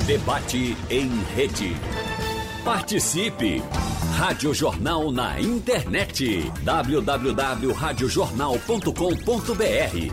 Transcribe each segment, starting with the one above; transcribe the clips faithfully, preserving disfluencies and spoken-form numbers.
Debate em rede. Participe! Rádio Jornal na internet. w w w ponto rádio jornal ponto com ponto b r.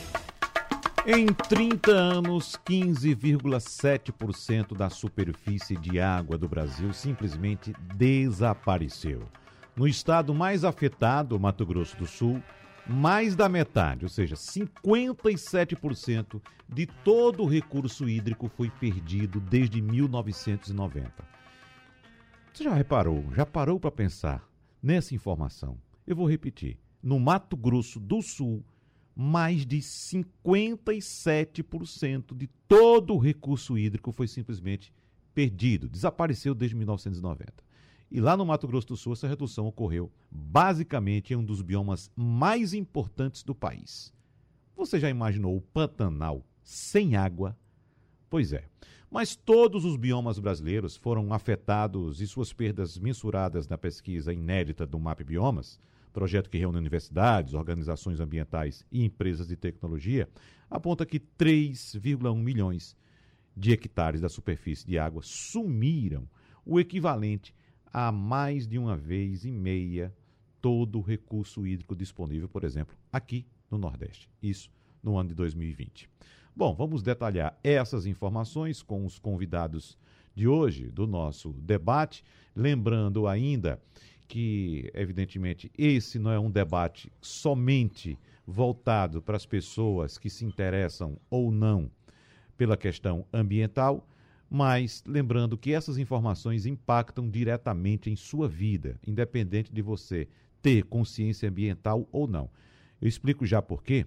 Em trinta anos, quinze vírgula sete por cento da superfície de água do Brasil simplesmente desapareceu. No estado mais afetado, Mato Grosso do Sul, mais da metade, ou seja, cinquenta e sete por cento de todo o recurso hídrico foi perdido desde mil novecentos e noventa. Você já reparou, já parou para pensar nessa informação? Eu vou repetir. No Mato Grosso do Sul, mais de cinquenta e sete por cento de todo o recurso hídrico foi simplesmente perdido, desapareceu desde mil novecentos e noventa. E lá no Mato Grosso do Sul, essa redução ocorreu basicamente em um dos biomas mais importantes do país. Você já imaginou o Pantanal sem água? Pois é. Mas todos os biomas brasileiros foram afetados e suas perdas mensuradas na pesquisa inédita do MAP Biomas, projeto que reúne universidades, organizações ambientais e empresas de tecnologia, aponta que três vírgula um milhões de hectares da superfície de água sumiram, o equivalente a mais de uma vez e meia todo o recurso hídrico disponível, por exemplo, aqui no Nordeste. Isso no ano de dois mil e vinte. Bom, vamos detalhar essas informações com os convidados de hoje do nosso debate, lembrando ainda que, evidentemente, esse não é um debate somente voltado para as pessoas que se interessam ou não pela questão ambiental, mas lembrando que essas informações impactam diretamente em sua vida, independente de você ter consciência ambiental ou não. Eu explico já por quê.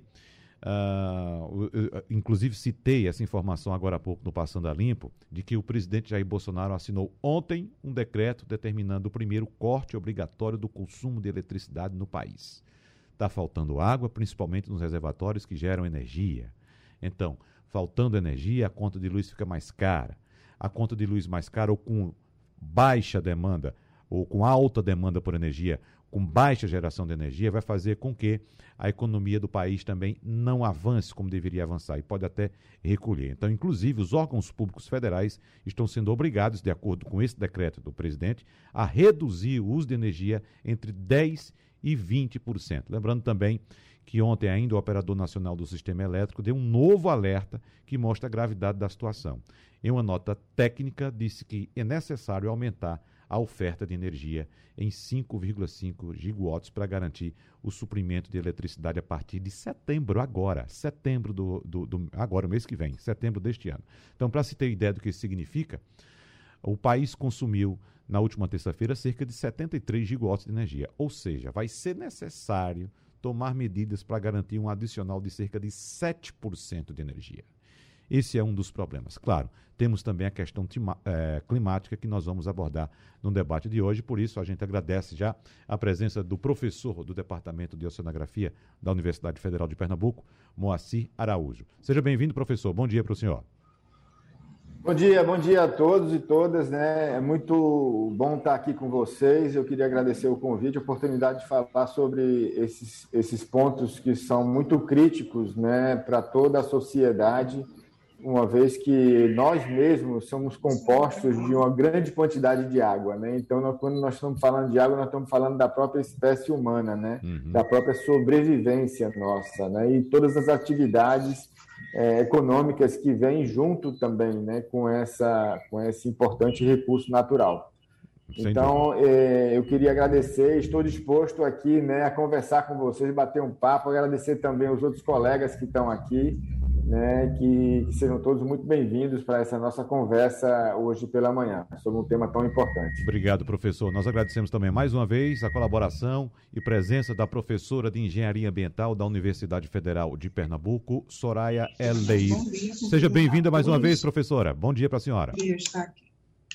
Uh, inclusive citei essa informação agora há pouco no Passando a Limpo, de que o presidente Jair Bolsonaro assinou ontem um decreto determinando o primeiro corte obrigatório do consumo de eletricidade no país. Está faltando água, principalmente nos reservatórios que geram energia. Então, faltando energia, a conta de luz fica mais cara. A conta de luz mais cara ou com baixa demanda, ou com alta demanda por energia, com baixa geração de energia, vai fazer com que a economia do país também não avance como deveria avançar e pode até recolher. Então, inclusive, os órgãos públicos federais estão sendo obrigados, de acordo com esse decreto do presidente, a reduzir o uso de energia entre dez por cento e vinte por cento. Lembrando também que ontem ainda o Operador Nacional do Sistema Elétrico deu um novo alerta que mostra a gravidade da situação. Em uma nota técnica, disse que é necessário aumentar a oferta de energia em cinco vírgula cinco gigawatts para garantir o suprimento de eletricidade a partir de setembro, agora, setembro do, do, do agora, o mês que vem, setembro deste ano. Então, para se ter ideia do que isso significa, o país consumiu, na última terça-feira, cerca de setenta e três gigawatts de energia, ou seja, vai ser necessário tomar medidas para garantir um adicional de cerca de sete por cento de energia. Esse é um dos problemas. Claro, temos também a questão tima, é, climática que nós vamos abordar no debate de hoje, por isso a gente agradece já a presença do professor do Departamento de Oceanografia da Universidade Federal de Pernambuco, Moacir Araújo. Seja bem-vindo, professor. Bom dia para o senhor. Bom dia, bom dia a todos e todas, né? É muito bom estar aqui com vocês. Eu queria agradecer o convite, a oportunidade de falar sobre esses, esses pontos que são muito críticos, né, para toda a sociedade, uma vez que nós mesmos somos compostos de uma grande quantidade de água, né? Então, nós, quando nós estamos falando de água, nós estamos falando da própria espécie humana, né? Uhum. Da própria sobrevivência nossa, né? E todas as atividades é, econômicas que vêm junto também, né? Com, essa, com esse importante recurso natural. Sem então, é, eu queria agradecer, estou disposto aqui, né, a conversar com vocês, bater um papo, agradecer também os outros colegas que estão aqui, né, que, que sejam todos muito bem-vindos para essa nossa conversa hoje pela manhã, sobre um tema tão importante. Obrigado, professor. Nós agradecemos também mais uma vez a colaboração e presença da professora de Engenharia Ambiental da Universidade Federal de Pernambuco, Soraya Eleir. Seja bem-vinda mais uma vez, professora. Bom dia para a senhora. Bom dia, estar aqui.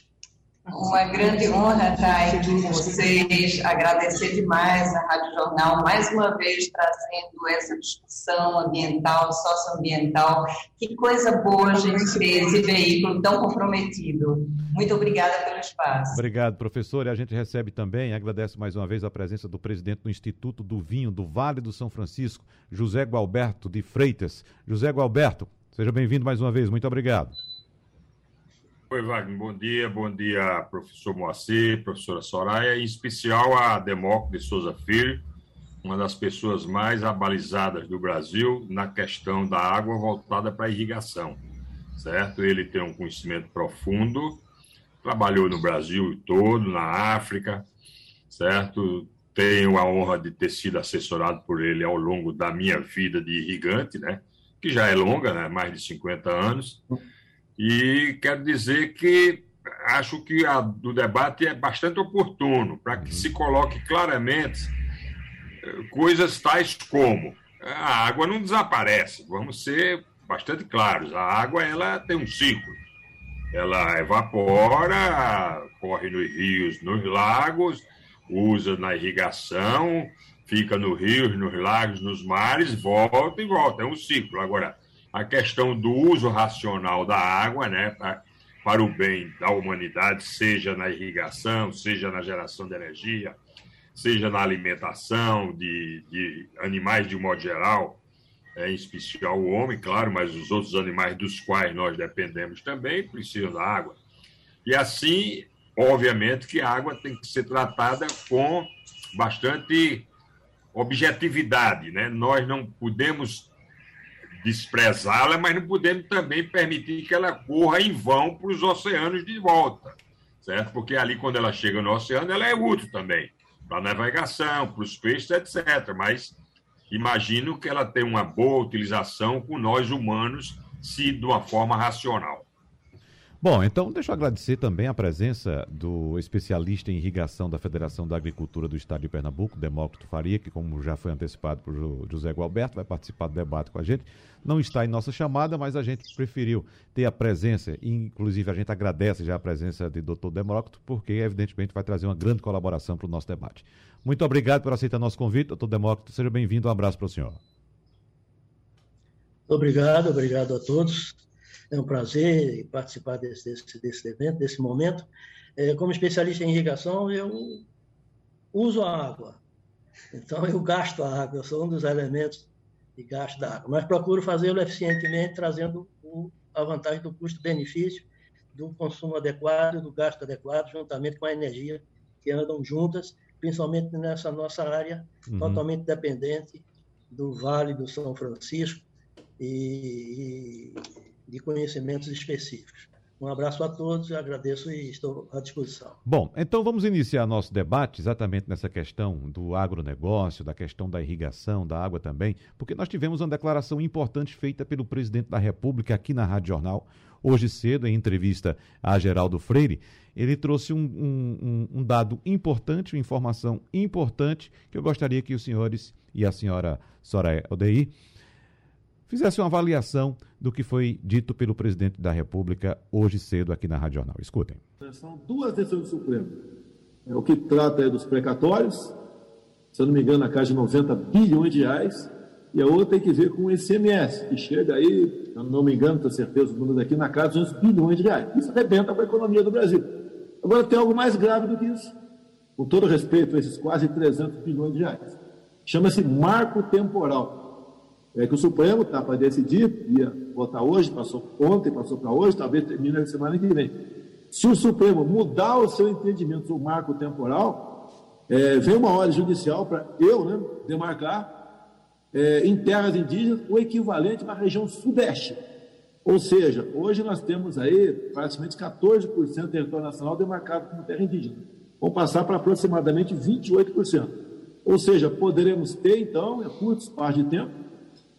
Uma grande honra estar aqui com vocês, agradecer demais a Rádio Jornal, mais uma vez trazendo essa discussão ambiental, socioambiental. Que coisa boa a gente ter esse veículo tão comprometido. Muito obrigada pelo espaço. Obrigado, professor. E a gente recebe também, agradece mais uma vez a presença do presidente do Instituto do Vinho do Vale do São Francisco, José Gualberto de Freitas. José Gualberto, seja bem-vindo mais uma vez. Muito obrigado. Oi, Wagner, bom dia. Bom dia, professor Moacir, professora Soraya, em especial a Demócrito de Souza Filho, uma das pessoas mais abalizadas do Brasil na questão da água voltada para a irrigação, certo? Ele tem um conhecimento profundo, trabalhou no Brasil todo, na África, certo? Tenho a honra de ter sido assessorado por ele ao longo da minha vida de irrigante, né? Que já é longa, né? Mais de cinquenta anos. E quero dizer que acho que a, o debate é bastante oportuno para que se coloque claramente coisas tais como a água não desaparece, vamos ser bastante claros, a água ela tem um ciclo, ela evapora, corre nos rios, nos lagos, usa na irrigação, fica nos rios, nos lagos, nos mares, volta e volta, é um ciclo. Agora, a questão do uso racional da água, né, pra, para o bem da humanidade, seja na irrigação, seja na geração de energia, seja na alimentação de, de animais de um modo geral, é, em especial o homem, claro, mas os outros animais dos quais nós dependemos também precisam da água. E assim, obviamente que a água tem que ser tratada com bastante objetividade, né? Nós não podemos desprezá-la, mas não podemos também permitir que ela corra em vão para os oceanos de volta, certo? Porque ali, quando ela chega no oceano, ela é útil também, para a navegação, para os peixes, etcétera. Mas imagino que ela tem uma boa utilização com nós humanos, se de uma forma racional. Bom, então deixa eu agradecer também a presença do especialista em irrigação da Federação da Agricultura do Estado de Pernambuco, Demócrito Faria, que, como já foi antecipado por José Gualberto, vai participar do debate com a gente. Não está em nossa chamada, mas a gente preferiu ter a presença, e inclusive a gente agradece já a presença de doutor Demócrito, porque evidentemente vai trazer uma grande colaboração para o nosso debate. Muito obrigado por aceitar nosso convite, doutor Demócrito, seja bem-vindo, um abraço para o senhor. Obrigado, obrigado a todos. É um prazer participar desse, desse, desse evento, desse momento. É, como especialista em irrigação, eu uso a água. Então, eu gasto a água, eu sou um dos elementos de gasto da água. Mas procuro fazê-lo eficientemente, trazendo o, a vantagem do custo-benefício, do consumo adequado, do gasto adequado, juntamente com a energia, que andam juntas, principalmente nessa nossa área uhum. totalmente dependente do Vale do São Francisco e... e de conhecimentos específicos. Um abraço a todos, eu agradeço e estou à disposição. Bom, então vamos iniciar nosso debate exatamente nessa questão do agronegócio, da questão da irrigação, da água também, porque nós tivemos uma declaração importante feita pelo presidente da República aqui na Rádio Jornal, hoje cedo, em entrevista a Geraldo Freire. Ele trouxe um, um, um dado importante, uma informação importante, que eu gostaria que os senhores e a senhora Soraya Odeir fizesse uma avaliação do que foi dito pelo presidente da República hoje cedo aqui na Rádio Jornal. Escutem. São duas decisões do Supremo. É o que trata é dos precatórios, se eu não me engano, na casa de noventa bilhões de reais, e a outra tem que ver com o I C M S, que chega aí, se eu não me engano, tenho certeza, os números aqui, na casa de duzentos bilhões de reais. Isso arrebenta com a economia do Brasil. Agora tem algo mais grave do que isso. Com todo respeito a esses quase trezentos bilhões de reais. Chama-se marco temporal. É que o Supremo está para decidir, ia votar hoje, passou ontem, passou para hoje, talvez termine na semana que vem. Se o Supremo mudar o seu entendimento sobre o marco temporal, é, vem uma ordem judicial para eu, né, demarcar é, em terras indígenas o equivalente à região sudeste. Ou seja, hoje nós temos aí praticamente quatorze por cento do território nacional demarcado como terra indígena. Vão passar para aproximadamente vinte e oito por cento. Ou seja, poderemos ter, então, em curto espaço de tempo,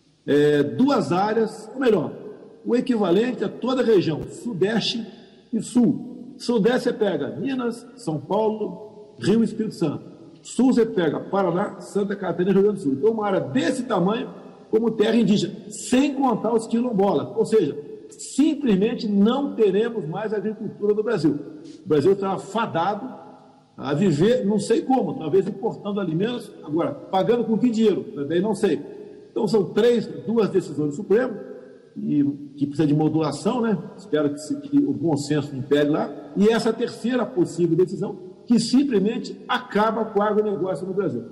É, duas áreas, ou melhor, o equivalente a toda a região, Sudeste e Sul. Sudeste você pega Minas, São Paulo, Rio e Espírito Santo. Sul você pega Paraná, Santa Catarina e Rio Grande do Sul. Então, uma área desse tamanho como terra indígena, sem contar os quilombolas. Ou seja, simplesmente não teremos mais agricultura no Brasil. O Brasil está fadado a viver, não sei como, talvez importando alimentos, agora, pagando com que dinheiro? Também não sei. Então, são três, duas decisões do Supremo, e, que precisa de modulação, né? Espero que, se, que o bom senso impere lá, e essa terceira possível decisão, que simplesmente acaba com o agronegócio no Brasil.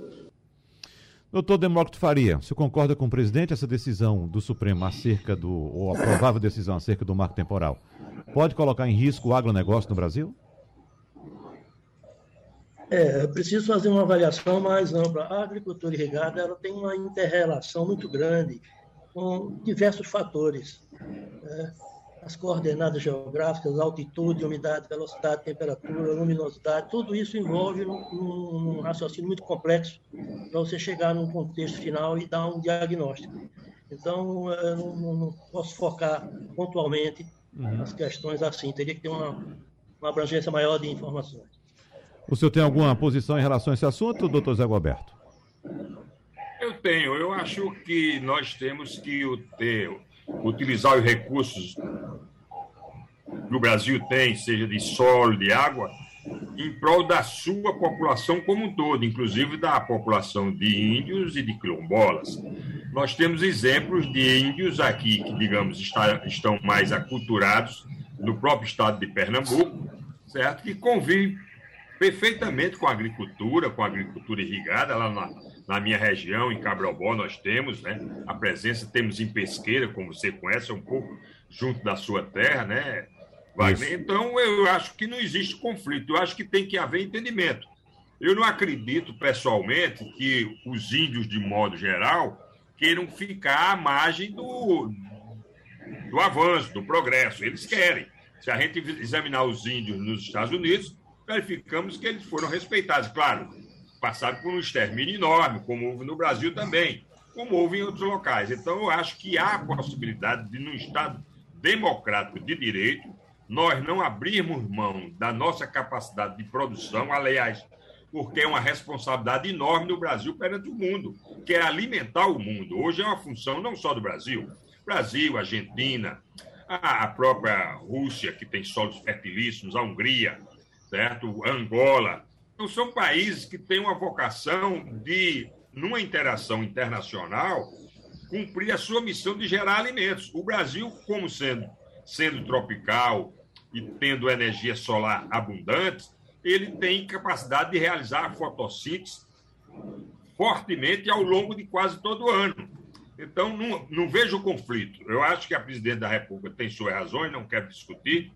Doutor Demócrito Faria, você concorda com o presidente essa decisão do Supremo acerca do, ou a provável decisão acerca do marco temporal, pode colocar em risco o agronegócio no Brasil? É, eu preciso fazer uma avaliação mais ampla. A agricultura irrigada ela tem uma inter-relação muito grande com diversos fatores. Né? As coordenadas geográficas, altitude, umidade, velocidade, temperatura, luminosidade, tudo isso envolve um, um raciocínio muito complexo para você chegar num contexto final e dar um diagnóstico. Então, eu não, não posso focar pontualmente uhum. nas questões assim, teria que ter uma, uma abrangência maior de informações. O senhor tem alguma posição em relação a esse assunto, doutor Zé Roberto? Eu tenho. Eu acho que nós temos que ter, utilizar os recursos que o Brasil tem, seja de solo, de água, em prol da sua população como um todo, inclusive da população de índios e de quilombolas. Nós temos exemplos de índios aqui que, digamos, está, estão mais aculturados no próprio estado de Pernambuco, certo? Que convivem perfeitamente com a agricultura, com a agricultura irrigada. Lá na, na minha região, em Cabrobó, nós temos, né, a presença, temos em Pesqueira, como você conhece, é um pouco junto da sua terra, né, Wagner? Então, eu acho que não existe conflito, eu acho que tem que haver entendimento. Eu não acredito, pessoalmente, que os índios, de modo geral, queiram ficar à margem do, do avanço, do progresso. Eles querem. Se a gente examinar os índios nos Estados Unidos, verificamos que eles foram respeitados. Claro, passaram por um extermínio enorme, como houve no Brasil também, como houve em outros locais. Então, eu acho que há a possibilidade de, num Estado democrático de direito, nós não abrirmos mão da nossa capacidade de produção, aliás, porque é uma responsabilidade enorme do Brasil perante o mundo, que é alimentar o mundo. Hoje é uma função não só do Brasil, Brasil, Argentina, a própria Rússia, que tem solos fertilíssimos, a Hungria, certo? Angola. Então, são países que têm uma vocação de, numa interação internacional, cumprir a sua missão de gerar alimentos. O Brasil, como sendo, sendo tropical e tendo energia solar abundante, ele tem capacidade de realizar a fotossíntese fortemente ao longo de quase todo o ano. Então, não, não vejo conflito. Eu acho que a presidente da República tem suas razões, não quero discutir,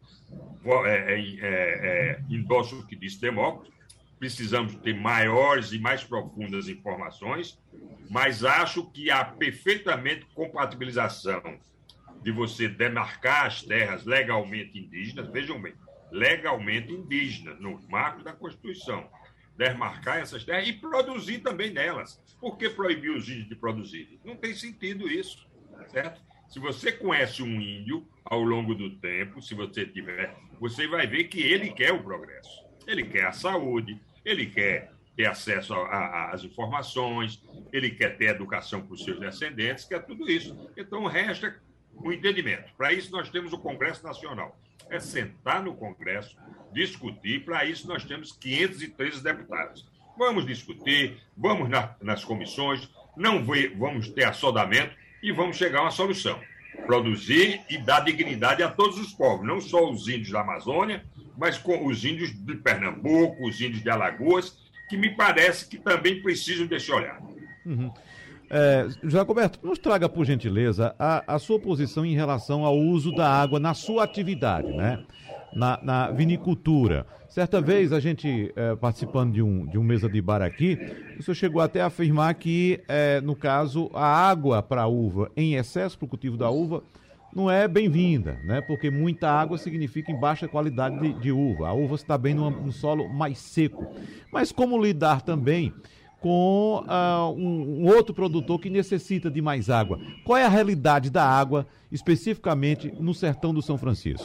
é, é, é, endosso o que disse Demócrito, precisamos ter maiores e mais profundas informações, mas acho que há perfeitamente compatibilização de você demarcar as terras legalmente indígenas, vejam bem, legalmente indígenas, no marco da Constituição, demarcar essas terras e produzir também nelas. Por que proibir os índios de produzir? Não tem sentido isso, certo? Se você conhece um índio ao longo do tempo, se você tiver, você vai ver que ele quer o progresso. Ele quer a saúde, ele quer ter acesso às informações, ele quer ter educação para os seus descendentes, quer tudo isso. Então, resta o entendimento. Para isso, nós temos o Congresso Nacional. É sentar no Congresso, discutir. Para isso, nós temos quinhentos e treze deputados. Vamos discutir, vamos na, nas comissões, não vai, vamos ter assodamento e vamos chegar a uma solução. Produzir e dar dignidade a todos os povos, não só os índios da Amazônia, mas com os índios de Pernambuco, os índios de Alagoas, que me parece que também precisam desse olhar. Uhum. É, Jacoberto, nos traga, por gentileza, a, a sua posição em relação ao uso da água na sua atividade, né? Na, na vinicultura. Certa vez, a gente, é, participando de um, de um mesa de bar aqui, o senhor chegou até a afirmar que, é, no caso, a água para a uva, em excesso para o cultivo da uva, não é bem-vinda, né? Porque muita água significa em baixa qualidade de, de uva. A uva está bem num, num solo mais seco. Mas como lidar também com uh, um, um outro produtor que necessita de mais água? Qual é a realidade da água, especificamente no sertão do São Francisco?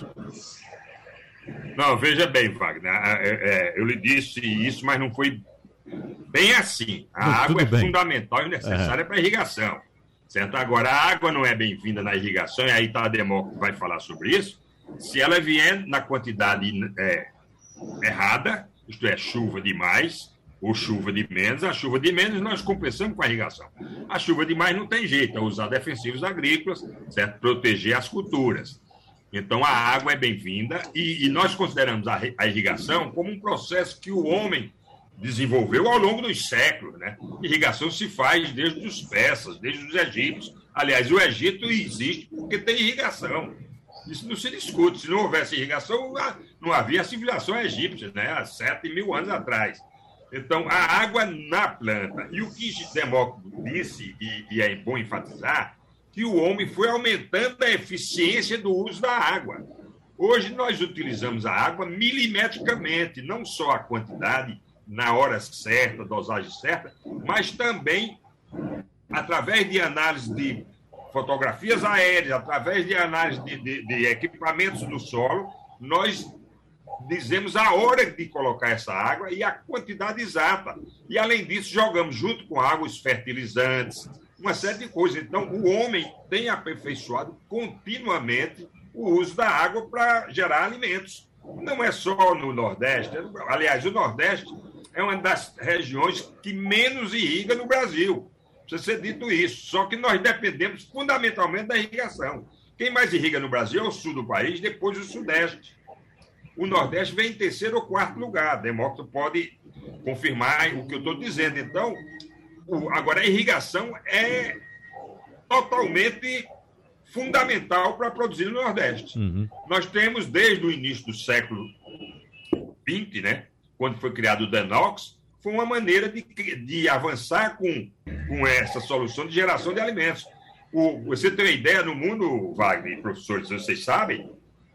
Não, veja bem, Wagner, é, é, eu lhe disse isso, mas não foi bem assim. A não, água é bem. fundamental e necessária uhum. para a irrigação, certo? Agora, a água não é bem-vinda na irrigação, e aí tá a Demócrito vai falar sobre isso, se ela vier na quantidade é, errada, isto é, chuva demais ou chuva de menos. A chuva de menos nós compensamos com a irrigação. A chuva demais não tem jeito, é usar defensivos agrícolas, certo? Proteger as culturas. Então, a água é bem-vinda e, e nós consideramos a, a irrigação como um processo que o homem desenvolveu ao longo dos séculos, né? Irrigação se faz desde os persas, desde os egípcios. Aliás, o Egito existe porque tem irrigação. Isso não se discute. Se não houvesse irrigação, não havia civilização egípcia, né? Há sete mil anos atrás. Então, a água na planta. E o que Demócrito disse, e, e é bom enfatizar, que o homem foi aumentando a eficiência do uso da água. Hoje, nós utilizamos a água milimetricamente, não só a quantidade, na hora certa, dosagem certa, mas também através de análise de fotografias aéreas, através de análise de, de, de equipamentos do solo, nós dizemos a hora de colocar essa água e a quantidade exata. E, além disso, jogamos junto com a água os fertilizantes, uma série de coisas. Então, o homem tem aperfeiçoado continuamente o uso da água para gerar alimentos. Não é só no Nordeste. Aliás, o Nordeste é uma das regiões que menos irriga no Brasil. Precisa ser dito isso. Só que nós dependemos fundamentalmente da irrigação. Quem mais irriga no Brasil é o sul do país, depois o Sudeste. O Nordeste vem em terceiro ou quarto lugar. Demócrito pode confirmar o que eu estou dizendo. Então, o, agora, a irrigação é totalmente fundamental para produzir no Nordeste. Uhum. Nós temos, desde o início do século vinte, né, quando foi criado o Denox, foi uma maneira de, de avançar com, com essa solução de geração de alimentos. O, você tem uma ideia, no mundo, Wagner e professores, vocês sabem,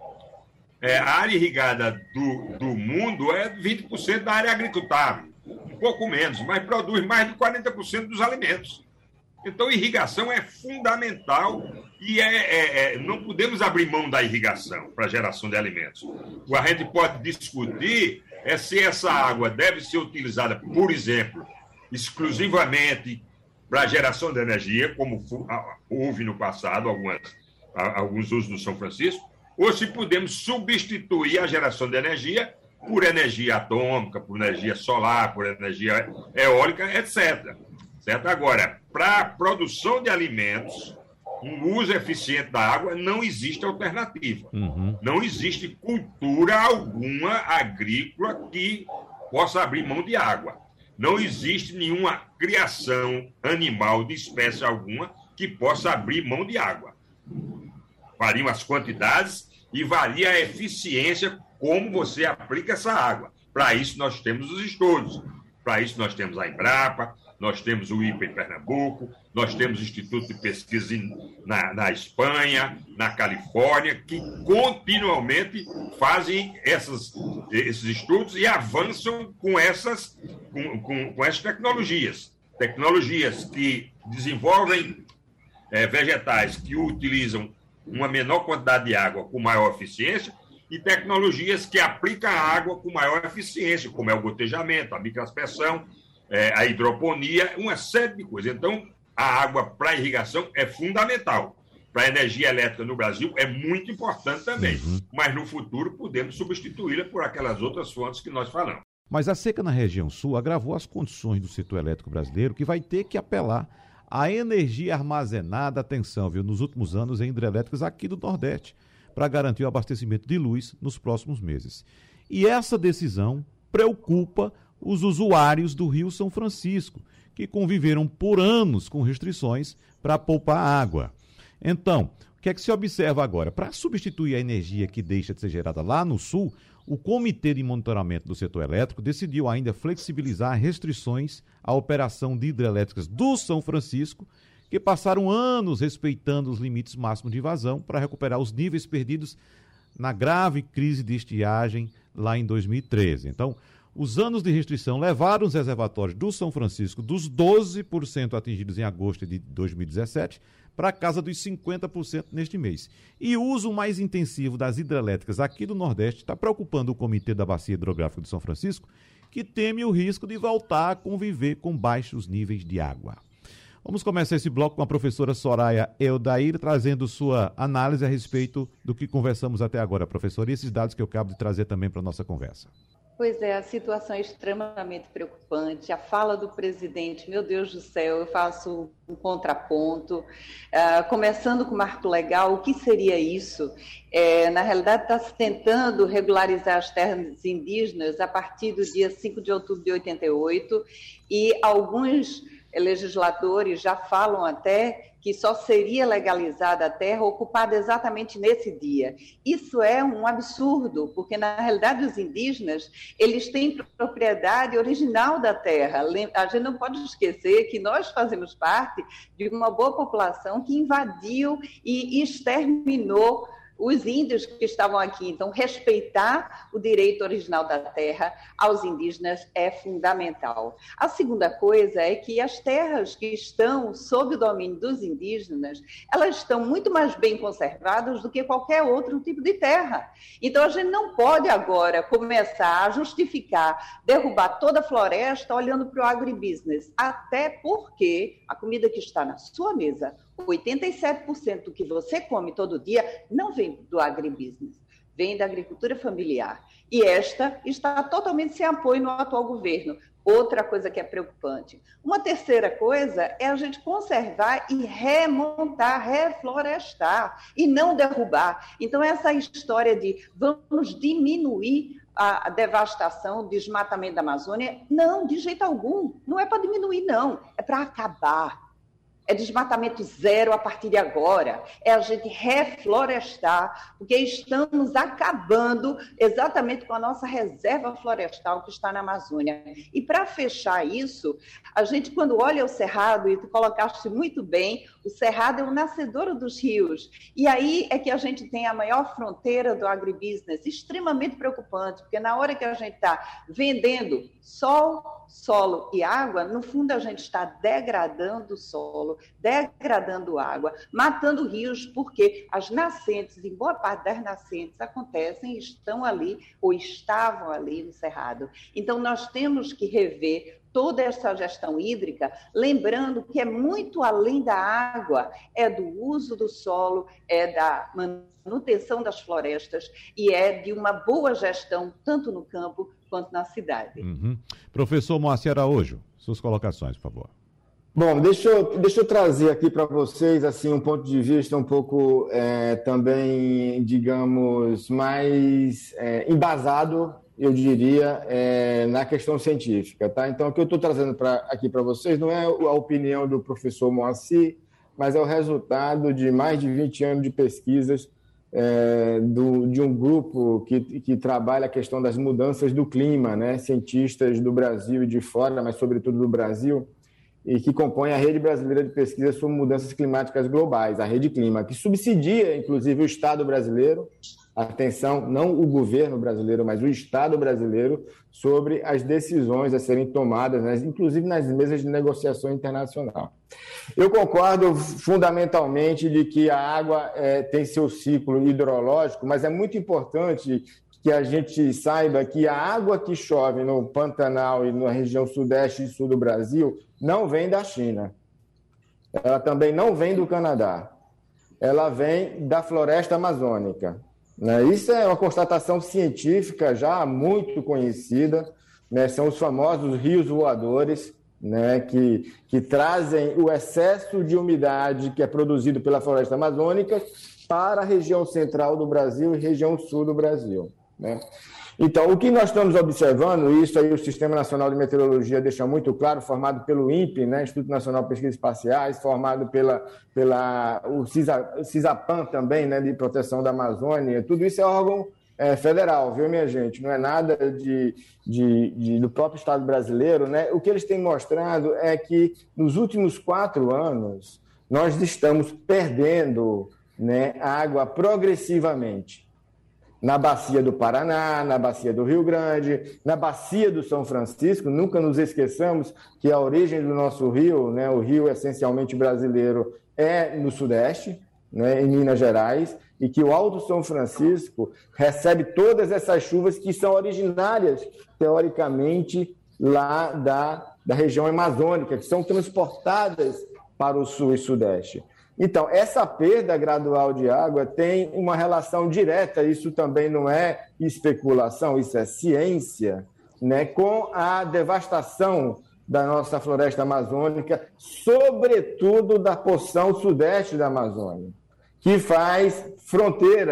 É, a área irrigada do, do mundo é vinte por cento da área agricultável, um pouco menos, mas produz mais de quarenta por cento dos alimentos. Então, irrigação é fundamental e é, é, é, não podemos abrir mão da irrigação para a geração de alimentos. O que a gente pode discutir é se essa água deve ser utilizada, por exemplo, exclusivamente para a geração de energia, como houve no passado, algumas, alguns usos do São Francisco, ou se podemos substituir a geração de energia por energia atômica, por energia solar, por energia eólica, etcétera. Certo? Agora, para a produção de alimentos, um uso eficiente da água, não existe alternativa. Uhum. Não existe cultura alguma agrícola que possa abrir mão de água. Não existe nenhuma criação animal de espécie alguma que possa abrir mão de água. Variam as quantidades e varia a eficiência como você aplica essa água. Para isso, nós temos os estudos. Para isso, nós temos a Embrapa, nós temos o I P A em Pernambuco, nós temos o Instituto de Pesquisa na, na Espanha, na Califórnia, que continuamente fazem essas, esses estudos e avançam com essas, com, com, com essas tecnologias. Tecnologias que desenvolvem é, vegetais que utilizam uma menor quantidade de água com maior eficiência e tecnologias que aplicam a água com maior eficiência, como é o gotejamento, a microaspersão, é, a hidroponia, uma série de coisas. Então, a água para irrigação é fundamental. Para a energia elétrica no Brasil é muito importante também. Uhum. Mas no futuro podemos substituí-la por aquelas outras fontes que nós falamos. Mas a seca na região sul agravou as condições do setor elétrico brasileiro, que vai ter que apelar a energia armazenada, atenção, viu, nos últimos anos em hidrelétricas aqui do Nordeste, para garantir o abastecimento de luz nos próximos meses. E essa decisão preocupa os usuários do Rio São Francisco, que conviveram por anos com restrições para poupar água. Então, o que é que se observa agora? Para substituir a energia que deixa de ser gerada lá no sul, o Comitê de Monitoramento do Setor Elétrico decidiu ainda flexibilizar restrições à operação de hidrelétricas do São Francisco, que passaram anos respeitando os limites máximos de vazão para recuperar os níveis perdidos na grave crise de estiagem lá em dois mil e treze. Então, os anos de restrição levaram os reservatórios do São Francisco dos doze por cento atingidos em agosto de dois mil e dezessete para a casa dos cinquenta por cento neste mês. E o uso mais intensivo das hidrelétricas aqui do Nordeste está preocupando o Comitê da Bacia Hidrográfica do São Francisco, que teme o risco de voltar a conviver com baixos níveis de água. Vamos começar esse bloco com a professora Soraya Eldair, trazendo sua análise a respeito do que conversamos até agora, professora, e esses dados que eu acabo de trazer também para a nossa conversa. Pois é, a situação é extremamente preocupante. A fala do presidente, meu Deus do céu, eu faço um contraponto. Uh, começando com o marco legal, o que seria isso? É, na realidade, está se tentando regularizar as terras indígenas a partir do dia cinco de outubro de oitenta e oito e alguns legisladores já falam até que só seria legalizada a terra ocupada exatamente nesse dia. Isso é um absurdo, porque, na realidade, os indígenas, eles têm propriedade original da terra. A gente não pode esquecer que nós fazemos parte de uma boa população que invadiu e exterminou os índios que estavam aqui. Então, respeitar o direito original da terra aos indígenas é fundamental. A segunda coisa é que as terras que estão sob o domínio dos indígenas, elas estão muito mais bem conservadas do que qualquer outro tipo de terra. Então, a gente não pode agora começar a justificar derrubar toda a floresta olhando para o agribusiness, até porque a comida que está na sua mesa, oitenta e sete por cento do que você come todo dia não vem do agribusiness, vem da agricultura familiar. E esta está totalmente sem apoio no atual governo. Outra coisa que é preocupante. Uma terceira coisa é a gente conservar e remontar, reflorestar e não derrubar. Então, essa história de vamos diminuir a devastação, o desmatamento da Amazônia, não, de jeito algum. Não é para diminuir, não. É para acabar. É desmatamento zero a partir de agora, é a gente reflorestar, porque estamos acabando exatamente com a nossa reserva florestal que está na Amazônia. E para fechar isso, a gente quando olha o Cerrado, e tu colocaste muito bem, o Cerrado é o nascedouro dos rios, e aí é que a gente tem a maior fronteira do agribusiness, extremamente preocupante, porque na hora que a gente está vendendo sol, solo e água, no fundo a gente está degradando o solo, degradando água, matando rios, porque as nascentes, em boa parte das nascentes, acontecem, estão ali ou estavam ali no Cerrado. Então, nós temos que rever toda essa gestão hídrica, lembrando que é muito além da água, é do uso do solo, é da manutenção das florestas e é de uma boa gestão, tanto no campo quanto na cidade. Uhum. Professor Moacir Araújo, suas colocações, por favor. Bom, deixa eu, deixa eu trazer aqui para vocês assim, um ponto de vista um pouco é, também, digamos, mais é, embasado, eu diria, é, na questão científica. Tá? Então, o que eu estou trazendo pra, aqui para vocês não é a opinião do professor Moacir, mas é o resultado de mais de vinte anos de pesquisas é, do, de um grupo que, que trabalha a questão das mudanças do clima, né? Cientistas do Brasil e de fora, mas sobretudo do Brasil, e que compõe a Rede Brasileira de Pesquisa sobre Mudanças Climáticas Globais, a Rede Clima, que subsidia, inclusive, o Estado brasileiro, atenção, não o governo brasileiro, mas o Estado brasileiro, sobre as decisões a serem tomadas, né, inclusive nas mesas de negociação internacional. Eu concordo fundamentalmente de que a água é, tem seu ciclo hidrológico, mas é muito importante que a gente saiba que a água que chove no Pantanal e na região sudeste e sul do Brasil não vem da China. Ela também não vem do Canadá. Ela vem da floresta amazônica. Né? Isso é uma constatação científica já muito conhecida. Né? São os famosos rios voadores, né? que, que trazem o excesso de umidade que é produzido pela floresta amazônica para a região central do Brasil e região sul do Brasil. Né? Então, o que nós estamos observando, isso aí o Sistema Nacional de Meteorologia deixa muito claro, formado pelo I N P E, né, Instituto Nacional de Pesquisas Espaciais, formado pela, pela o CISA, CISAPAN também, né, de proteção da Amazônia, tudo isso é órgão é, federal, viu, minha gente? Não é nada de, de, de, do próprio Estado brasileiro, né? O que eles têm mostrado é que nos últimos quatro anos nós estamos perdendo, né, água progressivamente. Na bacia do Paraná, na bacia do Rio Grande, na bacia do São Francisco. Nunca nos esqueçamos que a origem do nosso rio, né, o rio essencialmente brasileiro, é no Sudeste, né, em Minas Gerais, e que o Alto São Francisco recebe todas essas chuvas que são originárias, teoricamente, lá da, da região amazônica, que são transportadas para o Sul e Sudeste. Então, essa perda gradual de água tem uma relação direta, isso também não é especulação, isso é ciência, né, com a devastação da nossa floresta amazônica, sobretudo da porção sudeste da Amazônia, que faz fronteira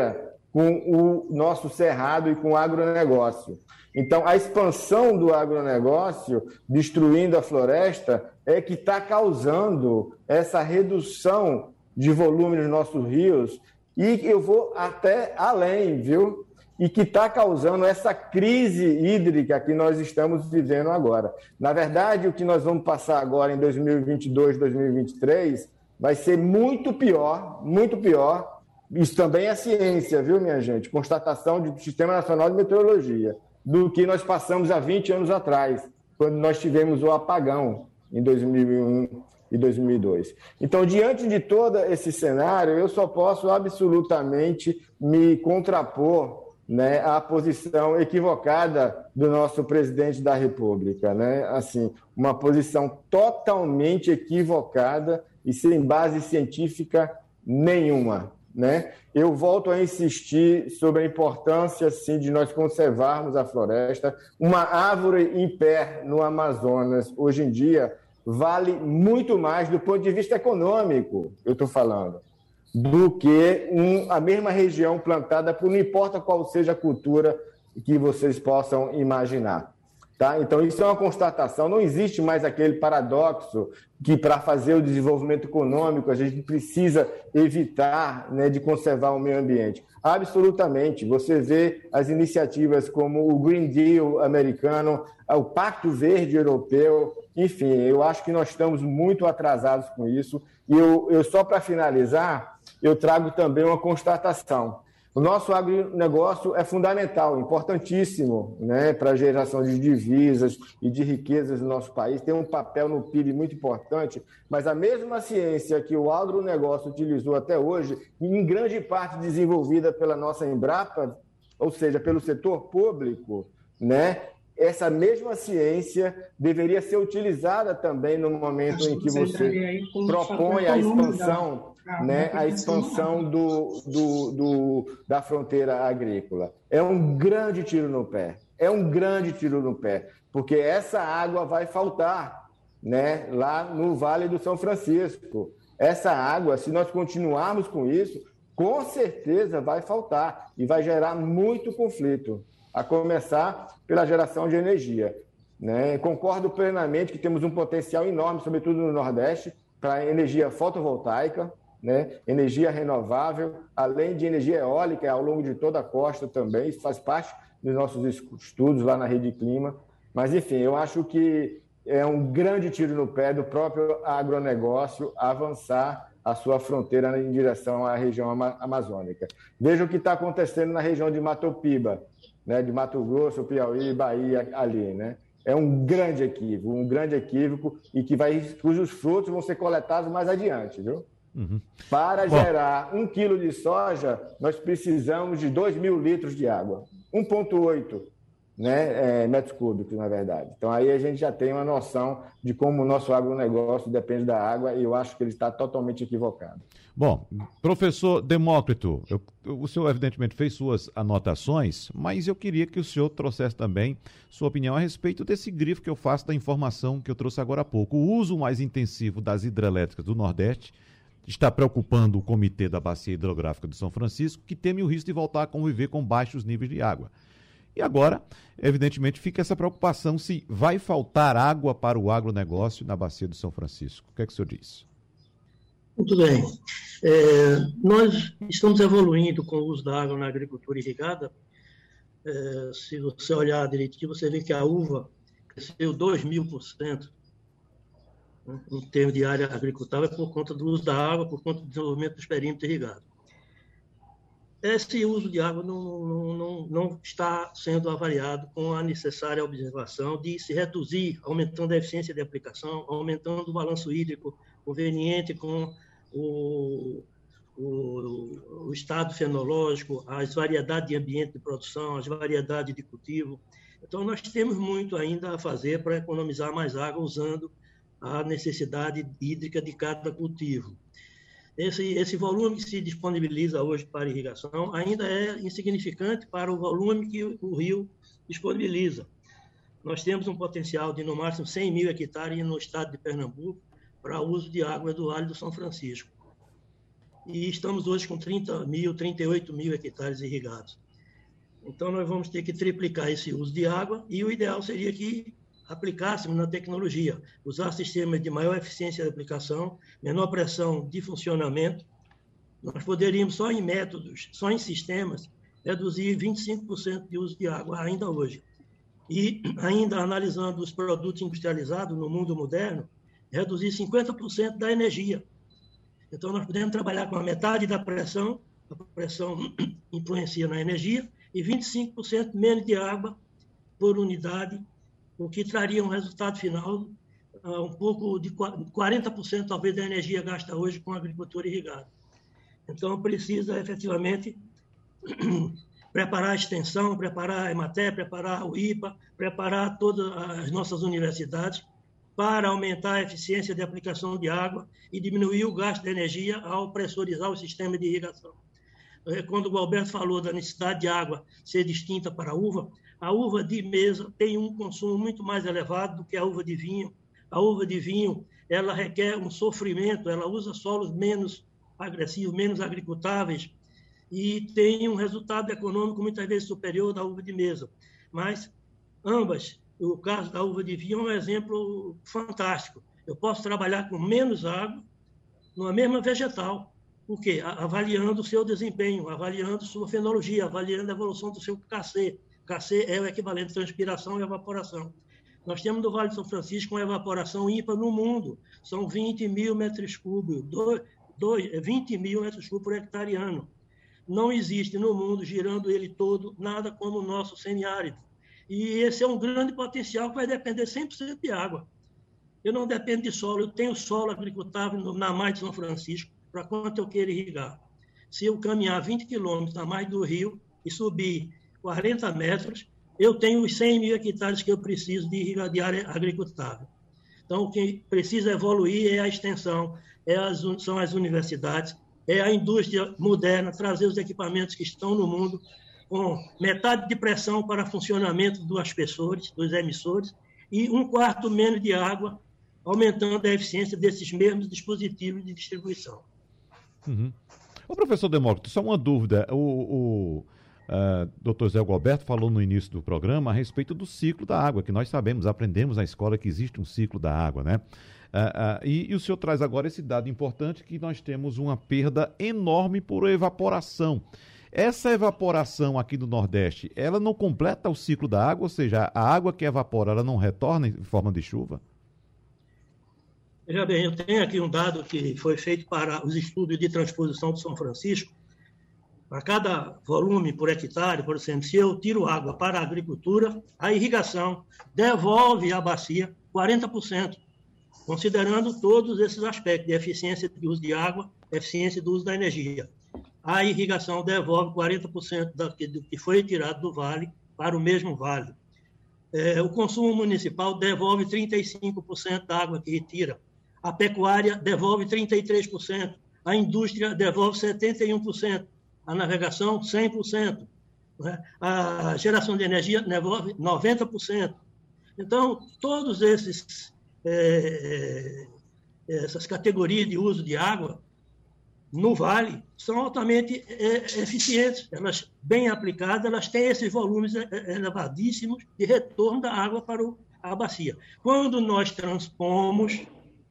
com o nosso cerrado e com o agronegócio. Então, a expansão do agronegócio, destruindo a floresta, é que está causando essa redução de volume nos nossos rios, e eu vou até além, viu? E que está causando essa crise hídrica que nós estamos vivendo agora. Na verdade, o que nós vamos passar agora em dois mil e vinte e dois, dois mil e vinte e três, vai ser muito pior, muito pior. Isso também é ciência, viu, minha gente? Constatação do Sistema Nacional de Meteorologia, do que nós passamos há vinte anos atrás, quando nós tivemos o apagão em dois mil e um e dois mil e dois. Então, diante de todo esse cenário, eu só posso absolutamente me contrapor, né, à posição equivocada do nosso presidente da República, né? Assim, uma posição totalmente equivocada e sem base científica nenhuma, né? Eu volto a insistir sobre a importância, sim, de nós conservarmos a floresta. Uma árvore em pé no Amazonas, hoje em dia, vale muito mais do ponto de vista econômico, eu estou falando, do que um, a mesma região plantada por não importa qual seja a cultura que vocês possam imaginar. Tá? Então, isso é uma constatação. Não existe mais aquele paradoxo que, para fazer o desenvolvimento econômico, a gente precisa evitar, né, de conservar o meio ambiente. Absolutamente. Você vê as iniciativas como o Green Deal americano, o Pacto Verde Europeu, enfim, eu acho que nós estamos muito atrasados com isso. E eu, eu só para finalizar, eu trago também uma constatação. O nosso agronegócio é fundamental, importantíssimo, né, para a geração de divisas e de riquezas no nosso país. Tem um papel no P I B muito importante, mas a mesma ciência que o agronegócio utilizou até hoje, em grande parte desenvolvida pela nossa Embrapa, ou seja, pelo setor público, né, essa mesma ciência deveria ser utilizada também no momento em que você propõe a expansão, né, a expansão do, do, do, da fronteira agrícola. É um grande tiro no pé, é um grande tiro no pé, porque essa água vai faltar, né, lá no Vale do São Francisco. Essa água, se nós continuarmos com isso, com certeza vai faltar e vai gerar muito conflito, a começar pela geração de energia, né? Concordo plenamente que temos um potencial enorme, sobretudo no Nordeste, para energia fotovoltaica, né? Energia renovável, além de energia eólica ao longo de toda a costa também. Isso faz parte dos nossos estudos lá na Rede Clima. Mas, enfim, eu acho que é um grande tiro no pé do próprio agronegócio avançar a sua fronteira em direção à região amazônica. Veja o que está acontecendo na região de Matopiba, né, de Mato Grosso, Piauí, Bahia, ali, né? É um grande equívoco, um grande equívoco e que vai, cujos frutos vão ser coletados mais adiante, viu? Uhum. Para Bom. gerar um quilo de soja, nós precisamos de dois mil litros de água, um vírgula oito, né, é, metros cúbicos, na verdade. Então, aí a gente já tem uma noção de como o nosso agronegócio depende da água e eu acho que ele está totalmente equivocado. Bom, professor Demócrito, eu, o senhor evidentemente fez suas anotações, mas eu queria que o senhor trouxesse também sua opinião a respeito desse grifo que eu faço da informação que eu trouxe agora há pouco. O uso mais intensivo das hidrelétricas do Nordeste está preocupando o Comitê da Bacia Hidrográfica de São Francisco, que teme o risco de voltar a conviver com baixos níveis de água. E agora, evidentemente, fica essa preocupação se vai faltar água para o agronegócio na Bacia do São Francisco. O que é que o senhor diz? Muito bem. É, nós estamos evoluindo com o uso da água na agricultura irrigada. É, se você olhar direitinho, você vê que a uva cresceu dois mil por cento, né, em termos de área agricultável, por conta do uso da água, por conta do desenvolvimento dos perímetros irrigados. Esse uso de água não, não, não, não está sendo avaliado com a necessária observação de se reduzir, aumentando a eficiência de aplicação, aumentando o balanço hídrico conveniente com o, o, o estado fenológico, as variedades de ambiente de produção, as variedades de cultivo. Então, nós temos muito ainda a fazer para economizar mais água usando a necessidade hídrica de cada cultivo. Esse, esse volume que se disponibiliza hoje para irrigação ainda é insignificante para o volume que o rio disponibiliza. Nós temos um potencial de, no máximo, cem mil hectares no estado de Pernambuco para uso de água do Vale do São Francisco. e estamos hoje com trinta mil, trinta e oito mil hectares irrigados. Então, nós vamos ter que triplicar esse uso de água, e o ideal seria que aplicássemos na tecnologia, usar sistemas de maior eficiência de aplicação, menor pressão de funcionamento. Nós poderíamos, só em métodos, só em sistemas, reduzir vinte e cinco por cento de uso de água ainda hoje. E, ainda analisando os produtos industrializados no mundo moderno, reduzir cinquenta por cento da energia. Então, nós podemos trabalhar com a metade da pressão, a pressão influencia na energia, e vinte e cinco por cento menos de água por unidade, o que traria um resultado final uh, um pouco de quarenta por cento, talvez, da energia gasta hoje com a agricultura irrigada. Então, precisa, efetivamente, preparar a extensão, preparar a EMATER, preparar o I P A, preparar todas as nossas universidades para aumentar a eficiência de aplicação de água e diminuir o gasto de energia ao pressurizar o sistema de irrigação. Quando o Alberto falou da necessidade de água ser distinta para a uva, a uva de mesa tem um consumo muito mais elevado do que a uva de vinho. A uva de vinho, ela requer um sofrimento, ela usa solos menos agressivos, menos agricultáveis, e tem um resultado econômico muitas vezes superior da uva de mesa. Mas ambas, o caso da uva de vinho é um exemplo fantástico. Eu posso trabalhar com menos água numa mesma vegetal. Por quê? Avaliando o seu desempenho, avaliando sua fenologia, avaliando a evolução do seu K C. K C é o equivalente a transpiração e evaporação. Nós temos no Vale de São Francisco uma evaporação ímpar no mundo. São vinte mil metros cúbicos, vinte mil metros cúbicos por hectare ano. Não existe no mundo, girando ele todo, nada como o nosso semiárido. E esse é um grande potencial que vai depender cem por cento de água. Eu não dependo de solo, eu tenho solo agricultável na margem de São Francisco, para quanto eu quero irrigar. Se eu caminhar vinte quilômetros na margem do rio e subir quarenta metros, eu tenho os cem mil hectares que eu preciso de irrigar de área agricultável. Então, o que precisa evoluir é a extensão, é as, são as universidades, é a indústria moderna, trazer os equipamentos que estão no mundo com metade de pressão para funcionamento dos aspersores, dos emissores, e um quarto menos de água, aumentando a eficiência desses mesmos dispositivos de distribuição. Uhum. Ô, professor Demócrito, só uma dúvida. O, o uh, doutor Zé Gualberto falou no início do programa a respeito do ciclo da água, que nós sabemos, aprendemos na escola que existe um ciclo da água, né? Uh, uh, e, e o senhor traz agora esse dado importante que nós temos uma perda enorme por evaporação. Essa evaporação aqui do Nordeste, ela não completa o ciclo da água? Ou seja, a água que evapora, ela não retorna em forma de chuva? Veja bem, eu tenho aqui um dado que foi feito para os estudos de transposição de São Francisco. Para cada volume por hectare, por exemplo, se eu tiro água para a agricultura, a irrigação devolve à bacia quarenta por cento, considerando todos esses aspectos de eficiência de uso de água, eficiência do uso da energia. A irrigação devolve quarenta por cento do que foi tirado do vale para o mesmo vale. É, o consumo municipal devolve trinta e cinco por cento da água que retira. A pecuária devolve trinta e três por cento. A indústria devolve setenta e um por cento. A navegação, cem por cento. Né? A geração de energia devolve noventa por cento. Então, todos esses é, essas categorias de uso de água no vale são altamente é, eficientes. Elas, bem aplicadas, elas têm esses volumes elevadíssimos de retorno da água para o, a bacia. Quando nós transpomos,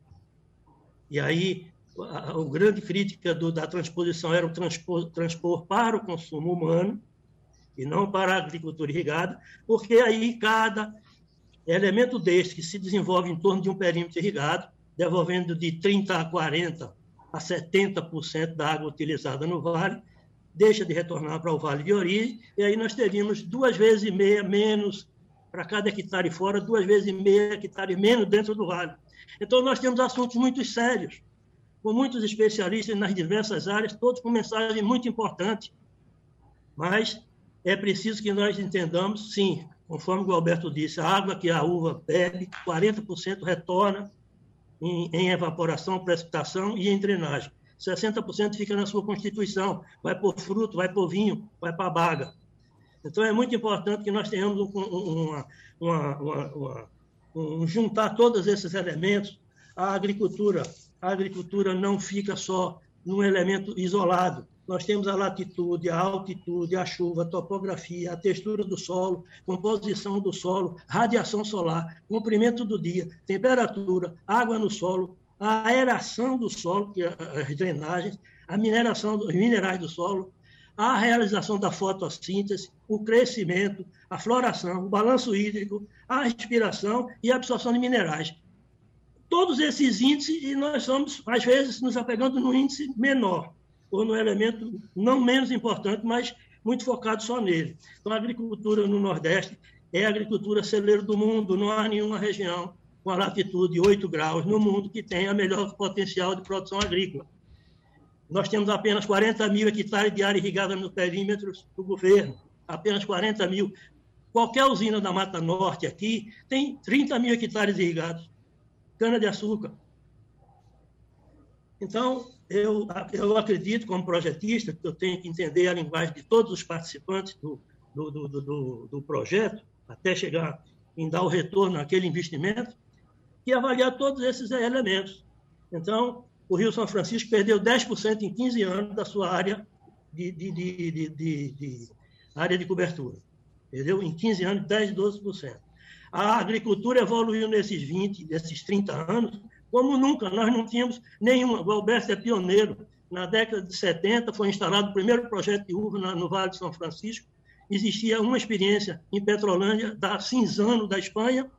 e aí a, a grande crítica do, da transposição era o transpor, transpor para o consumo humano e não para a agricultura irrigada, porque aí cada elemento deste que se desenvolve em torno de um perímetro irrigado, devolvendo de trinta a quarenta a setenta por cento da água utilizada no vale, deixa de retornar para o vale de origem, e aí nós teríamos duas vezes e meia menos para cada hectare fora, duas vezes e meia hectare menos dentro do vale. Então, nós temos assuntos muito sérios, com muitos especialistas nas diversas áreas, todos com mensagens muito importantes, mas é preciso que nós entendamos, sim, conforme o Alberto disse, a água que a uva bebe, quarenta por cento retorna Em, em evaporação, precipitação e em drenagem. sessenta por cento fica na sua constituição, vai por fruto, vai por vinho, vai para a baga. Então, é muito importante que nós tenhamos um, uma, uma, uma, uma, um, juntar todos esses elementos. A agricultura, a agricultura não fica só num elemento isolado. Nós temos a latitude, a altitude, a chuva, a topografia, a textura do solo, composição do solo, radiação solar, comprimento do dia, temperatura, água no solo, a aeração do solo, que é as drenagens, a mineração dos minerais do solo, a realização da fotossíntese, o crescimento, a floração, o balanço hídrico, a respiração e a absorção de minerais. Todos esses índices, e nós somos, às vezes, nos apegando no índice menor, ou no elemento não menos importante, mas muito focado só nele. Então, a agricultura no Nordeste é a agricultura celeiro do mundo, não há nenhuma região com a latitude de oito graus no mundo que tenha melhor potencial de produção agrícola. Nós temos apenas quarenta mil hectares de área irrigada no perímetro do governo, apenas quarenta mil. Qualquer usina da Mata Norte aqui tem trinta mil hectares irrigados, cana-de-açúcar. Então, eu, eu acredito, como projetista, que eu tenho que entender a linguagem de todos os participantes do, do, do, do, do projeto, até chegar em dar o retorno àquele investimento, e avaliar todos esses elementos. Então, o Rio São Francisco perdeu dez por cento em quinze anos da sua área de, de, de, de, de, de, área de cobertura. Entendeu? Em quinze anos, dez, doze por cento. A agricultura evoluiu nesses vinte, nesses trinta anos, como nunca. Nós não tínhamos nenhuma. O Alberto é pioneiro. Na década de setenta, foi instalado o primeiro projeto de uva no Vale de São Francisco. Existia uma experiência em Petrolândia, da Cinzano, da Espanha.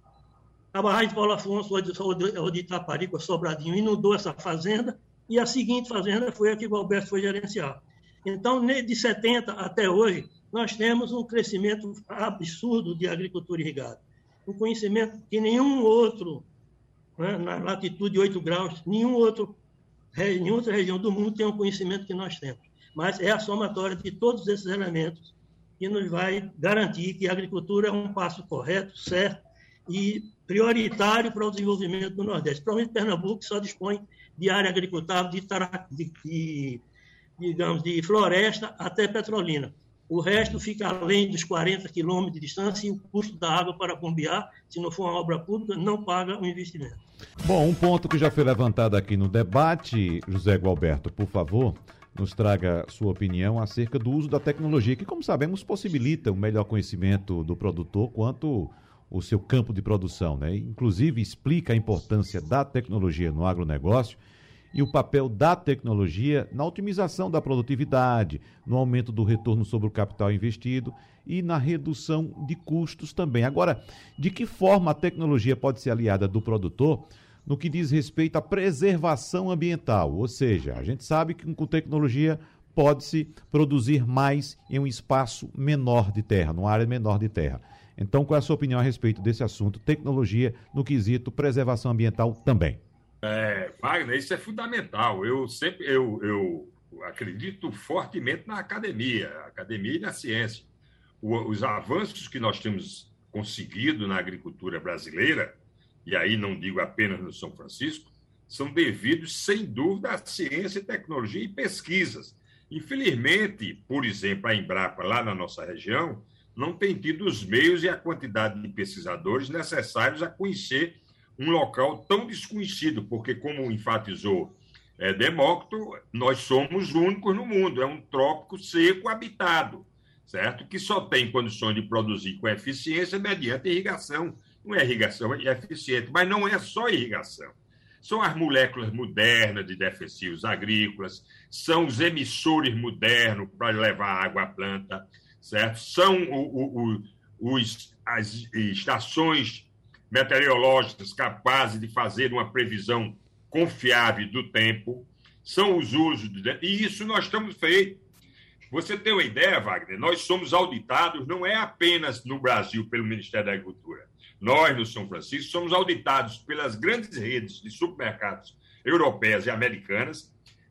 A barragem de Paulo Afonso, ou de Itaparica, Sobradinho, inundou essa fazenda, e a seguinte fazenda foi a que o Alberto foi gerenciar. Então, de setenta até hoje, nós temos um crescimento absurdo de agricultura irrigada. Um conhecimento que nenhum outro, né, na latitude de oito graus, nenhum outro, nenhuma outra região do mundo tem um conhecimento que nós temos. Mas é a somatória de todos esses elementos que nos vai garantir que a agricultura é um passo correto, certo e prioritário para o desenvolvimento do Nordeste. Provavelmente Pernambuco só dispõe de área agricultável de, de, de, digamos, de floresta até Petrolina. O resto fica além dos quarenta quilômetros de distância e o custo da água para bombear, se não for uma obra pública, não paga o investimento. Bom, um ponto que já foi levantado aqui no debate, José Gualberto, por favor, nos traga sua opinião acerca do uso da tecnologia, que, como sabemos, possibilita o melhor conhecimento do produtor quanto o seu campo de produção, né? Inclusive explica a importância da tecnologia no agronegócio e o papel da tecnologia na otimização da produtividade, no aumento do retorno sobre o capital investido e na redução de custos também. Agora, de que forma a tecnologia pode ser aliada do produtor no que diz respeito à preservação ambiental? Ou seja, a gente sabe que com tecnologia pode-se produzir mais em um espaço menor de terra, numa área menor de terra. Então, qual é a sua opinião a respeito desse assunto, tecnologia no quesito preservação ambiental também? É, Wagner, isso é fundamental. Eu sempre eu, eu acredito fortemente na academia, academia e na ciência. O, os avanços que nós temos conseguido na agricultura brasileira, e aí não digo apenas no São Francisco, são devidos, sem dúvida, à ciência, tecnologia e pesquisas. Infelizmente, por exemplo, a Embrapa, lá na nossa região, não tem tido os meios e a quantidade de pesquisadores necessários a conhecer um local tão desconhecido, porque, como enfatizou é, Demócrito, nós somos únicos no mundo, é um trópico seco habitado, certo? Que só tem condições de produzir com eficiência mediante irrigação. Não é irrigação, é eficiente, mas não é só irrigação. São as moléculas modernas de defensivos agrícolas, são os emissores modernos para levar água à planta, certo? São o, o, o, os, as estações meteorológicas capazes de fazer uma previsão confiável do tempo, são os usos, de, e isso nós estamos feitos. Você tem uma ideia, Wagner? Nós somos auditados, não é apenas no Brasil pelo Ministério da Agricultura. Nós, no São Francisco, somos auditados pelas grandes redes de supermercados europeias e americanas,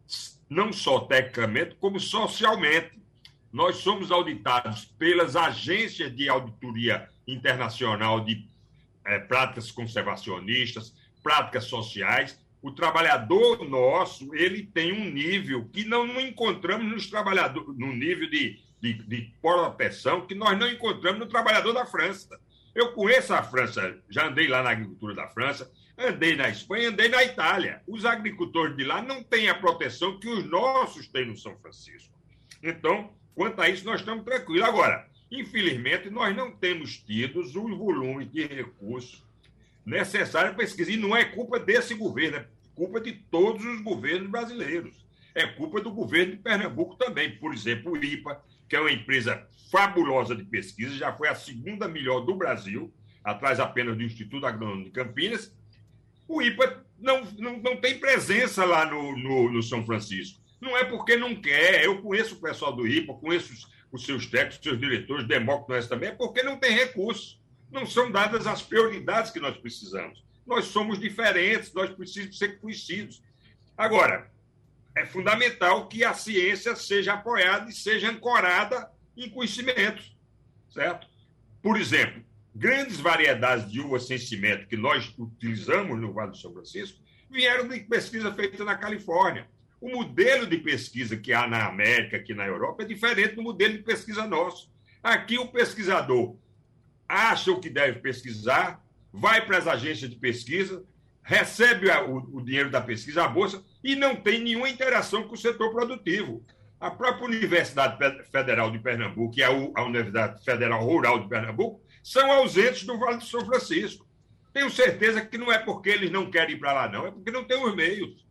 não só tecnicamente, como socialmente. Nós somos auditados pelas agências de auditoria internacional de é, práticas conservacionistas, práticas sociais. O trabalhador nosso, ele tem um nível que não, não encontramos nos trabalhadores, no nível de, de, de proteção que nós não encontramos no trabalhador da França. Eu conheço a França, já andei lá na agricultura da França, Andei na Espanha, andei na Itália. Os agricultores de lá não têm a proteção que os nossos têm no São Francisco. Então, quanto a isso, nós estamos tranquilos. Agora, infelizmente, nós não temos tido o volume de recursos necessário para pesquisa. E não é culpa desse governo, é culpa de todos os governos brasileiros. É culpa do governo de Pernambuco também. Por exemplo, o I P A, que é uma empresa fabulosa de pesquisa, já foi a segunda melhor do Brasil, atrás apenas do Instituto Agronômico de Campinas. O I P A não, não, não tem presença lá no, no, no São Francisco. Não é porque não quer. Eu conheço o pessoal do I P A, conheço os, os seus técnicos, os seus diretores, Demócrito também, é porque não tem recursos. Não são dadas as prioridades que nós precisamos. Nós somos diferentes, nós precisamos ser conhecidos. Agora, é fundamental que a ciência seja apoiada e seja ancorada em conhecimentos, certo? Por exemplo, grandes variedades de uva sem cimento que nós utilizamos no Vale do São Francisco vieram de pesquisa feita na Califórnia. O modelo de pesquisa que há na América, aqui na Europa, é diferente do modelo de pesquisa nosso. Aqui o pesquisador acha o que deve pesquisar, vai para as agências de pesquisa, recebe o, o dinheiro da pesquisa, a bolsa, e não tem nenhuma interação com o setor produtivo. A própria Universidade Federal de Pernambuco e a, a Universidade Federal Rural de Pernambuco são ausentes do Vale do São Francisco. Tenho certeza que não é porque eles não querem ir para lá, não, é porque não tem os meios.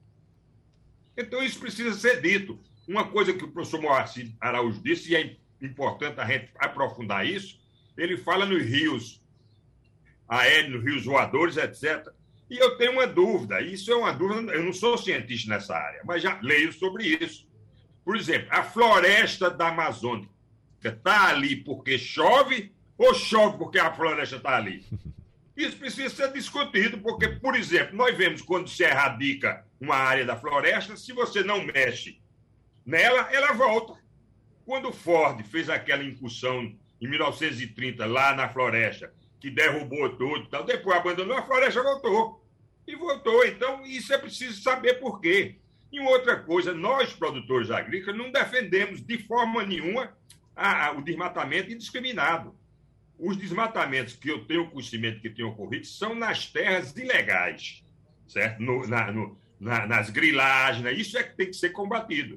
Então, isso precisa ser dito. Uma coisa que o professor Moacir Araújo disse, e é importante a gente aprofundar isso, ele fala nos rios aéreos, nos rios voadores, etcétera. E eu tenho uma dúvida, isso é uma dúvida, eu não sou cientista nessa área, mas já leio sobre isso. Por exemplo, a floresta da Amazônia está ali porque chove ou chove porque a floresta está ali? Isso precisa ser discutido, porque, por exemplo, nós vemos quando se erradica uma área da floresta, se você não mexe nela, ela volta. Quando o Ford fez aquela incursão em mil novecentos e trinta, lá na floresta, que derrubou tudo, tal, depois abandonou, a floresta voltou. E voltou. Então, isso é preciso saber por quê. E outra coisa, nós, produtores agrícolas, não defendemos de forma nenhuma a, a, o desmatamento indiscriminado. Os desmatamentos que eu tenho conhecimento que tenham ocorrido são nas terras ilegais, certo? No, na, no, na, nas grilagens, né? Isso é que tem que ser combatido.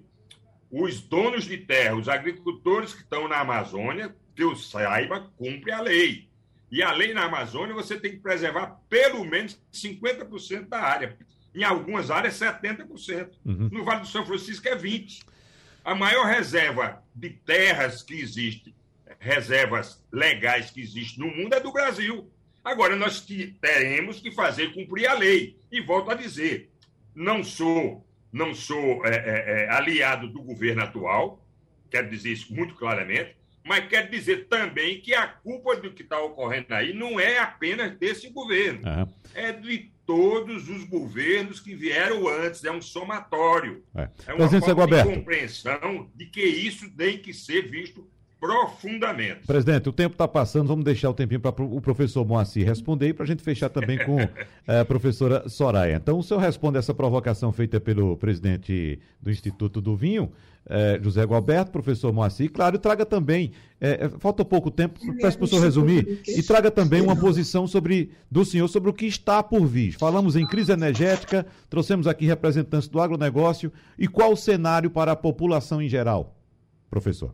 Os donos de terra, os agricultores que estão na Amazônia, que eu saiba, cumpre a lei. E a lei na Amazônia, você tem que preservar pelo menos cinquenta por cento da área. Em algumas áreas, setenta por cento. Uhum. No Vale do São Francisco é vinte por cento. A maior reserva de terras que existe, reservas legais que existem no mundo, é do Brasil. Agora, nós teremos que fazer cumprir a lei. E volto a dizer, não sou, não sou é, é, é, aliado do governo atual, quero dizer isso muito claramente, mas quero dizer também que a culpa do que está ocorrendo aí não é apenas desse governo, uhum. é de todos os governos que vieram antes, é um somatório. É, é uma Presidente falta Segoberto. de compreensão de que isso tem que ser visto profundamente. Presidente, o tempo está passando, vamos deixar o tempinho para o professor Moacir responder e para a gente fechar também com a professora Soraya. Então, o senhor responde essa provocação feita pelo presidente do Instituto do Vinho, eh, José Gualberto, professor Moacir, claro, e traga também, eh, falta pouco tempo, peço para o senhor resumir, e traga também uma posição sobre, do senhor sobre o que está por vir. Falamos em crise energética, trouxemos aqui representantes do agronegócio, e qual o cenário para a população em geral, professor?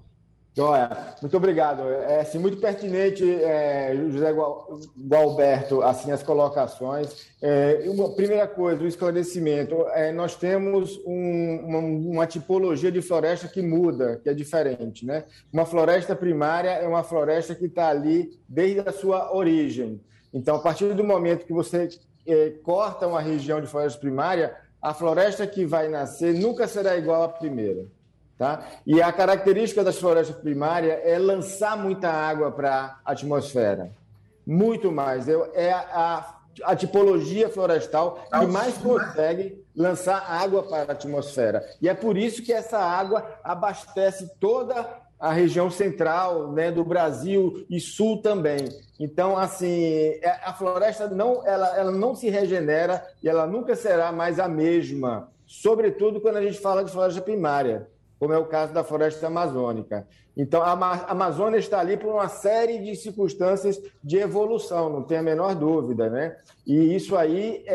Olha, muito obrigado. É assim, muito pertinente, é, José Gualberto, assim, as colocações. É, uma primeira coisa, o esclarecimento. É, nós temos um, uma, uma tipologia de floresta que muda, que é diferente, né? Uma floresta primária é uma floresta que está ali desde a sua origem. Então, a partir do momento que você é, corta uma região de floresta primária, a floresta que vai nascer nunca será igual à primeira. Tá? E a característica das florestas primárias é lançar muita água para a atmosfera. Muito mais. É a, a, a tipologia florestal que mais consegue lançar água para a atmosfera. E é por isso que essa água abastece toda a região central, né, do Brasil e sul também. Então, assim, a floresta não, ela, ela não se regenera e ela nunca será mais a mesma, sobretudo quando a gente fala de floresta primária. como é o caso da floresta amazônica. Então, a Amazônia está ali por uma série de circunstâncias de evolução, não tem a menor dúvida, né? E isso aí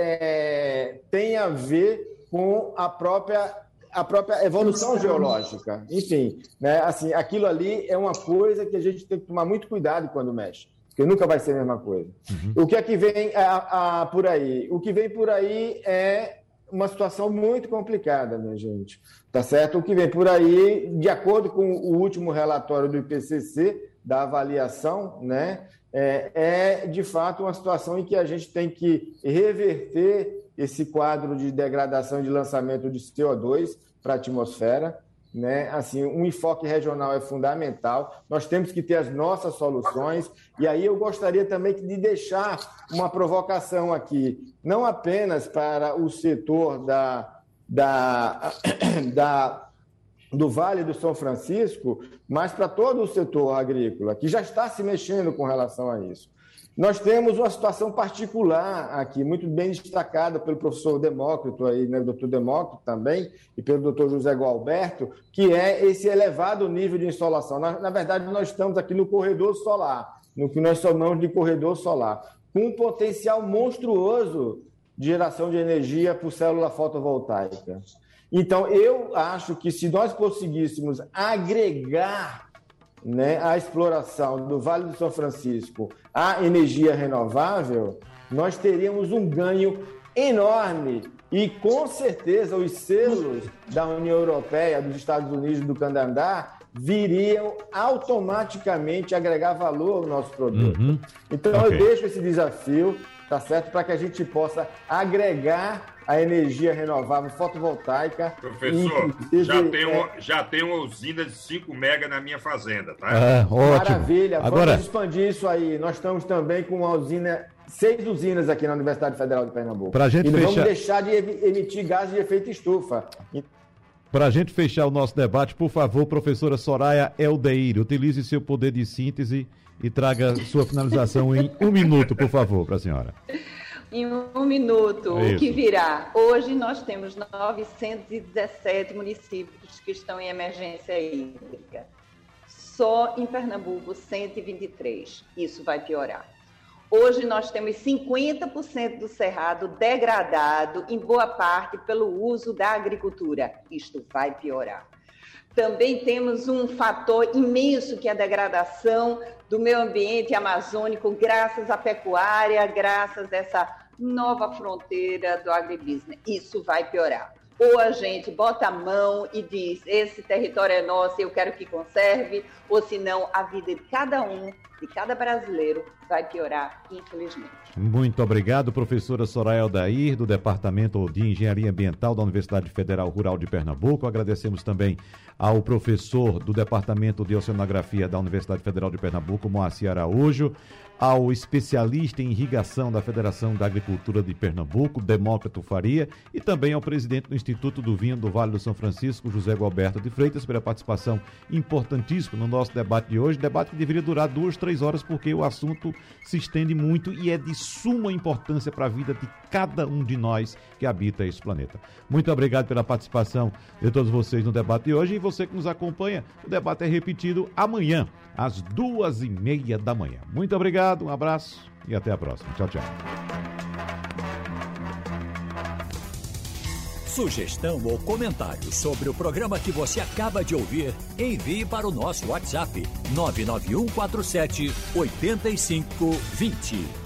é, tem a ver com a própria, a própria evolução geológica. Enfim, né? Assim, aquilo ali é uma coisa que a gente tem que tomar muito cuidado quando mexe, porque nunca vai ser a mesma coisa. Uhum. O que é que vem a, a, por aí? O que vem por aí é uma situação muito complicada, minha gente. Tá certo? O que vem por aí, de acordo com o último relatório do I P C C, da avaliação, né, é, é de fato uma situação em que a gente tem que reverter esse quadro de degradação e de lançamento de C O dois para a atmosfera. Né? Assim, um enfoque regional é fundamental, nós temos que ter as nossas soluções, e aí eu gostaria também de deixar uma provocação aqui, não apenas para o setor da, da, da, do Vale do São Francisco, mas para todo o setor agrícola, que já está se mexendo com relação a isso. Nós temos uma situação particular aqui, muito bem destacada pelo professor Demócrito, aí, né, doutor Demócrito também, e pelo doutor José Gualberto, que é esse elevado nível de insolação. Na, na verdade, nós estamos aqui no corredor solar, no que nós chamamos de corredor solar, com um potencial monstruoso de geração de energia por célula fotovoltaica. Então, eu acho que se nós conseguíssemos agregar, né, a exploração do Vale do São Francisco à energia renovável, nós teríamos um ganho enorme e, com certeza, os selos da União Europeia, dos Estados Unidos e do Canadá viriam automaticamente agregar valor ao nosso produto. Uhum. Então, okay. eu deixo esse desafio, tá certo, para que a gente possa agregar a energia renovável fotovoltaica. Professor, já tem, uma, já tem uma usina de cinco mega na minha fazenda, tá? É, ótimo. Maravilha, Agora... vamos expandir isso aí. Nós estamos também com uma usina, seis usinas aqui na Universidade Federal de Pernambuco. Pra gente e não fechar... vamos deixar de emitir gases de efeito estufa. Para a gente fechar o nosso debate, por favor, professora Soraya Eldeir, utilize seu poder de síntese e traga sua finalização em um minuto, por favor, para a senhora. Em um minuto, é o que virá? Hoje nós temos novecentos e dezessete municípios que estão em emergência hídrica. Só em Pernambuco, cento e vinte e três. Isso vai piorar. Hoje nós temos cinquenta por cento do cerrado degradado, em boa parte pelo uso da agricultura. Isto vai piorar. Também temos um fator imenso que é a degradação do meio ambiente amazônico, graças à pecuária, graças a essa nova fronteira do agribusiness. Isso vai piorar. Ou a gente bota a mão e diz, esse território é nosso e eu quero que conserve, ou senão a vida de cada um, de cada brasileiro, vai piorar, infelizmente. Muito obrigado, professora Soraya Eldeir, do Departamento de Engenharia Ambiental da Universidade Federal Rural de Pernambuco. Agradecemos também ao professor do Departamento de Oceanografia da Universidade Federal de Pernambuco, Moacir Araújo, ao especialista em irrigação da Federação da Agricultura de Pernambuco, Demócrito Faria, e também ao presidente do Instituto do Vinho do Vale do São Francisco, José Gualberto de Freitas, pela participação importantíssima no nosso debate de hoje. Debate que deveria durar duas, três horas, porque o assunto se estende muito e é de suma importância para a vida de cada um de nós que habita esse planeta. Muito obrigado pela participação de todos vocês no debate de hoje, e você que nos acompanha, o debate é repetido amanhã, às duas e meia da manhã. Muito obrigado, um abraço e até a próxima. Tchau, tchau. Sugestão ou comentário sobre o programa que você acaba de ouvir, envie para o nosso WhatsApp nove nove um quatro sete oito cinco dois zero.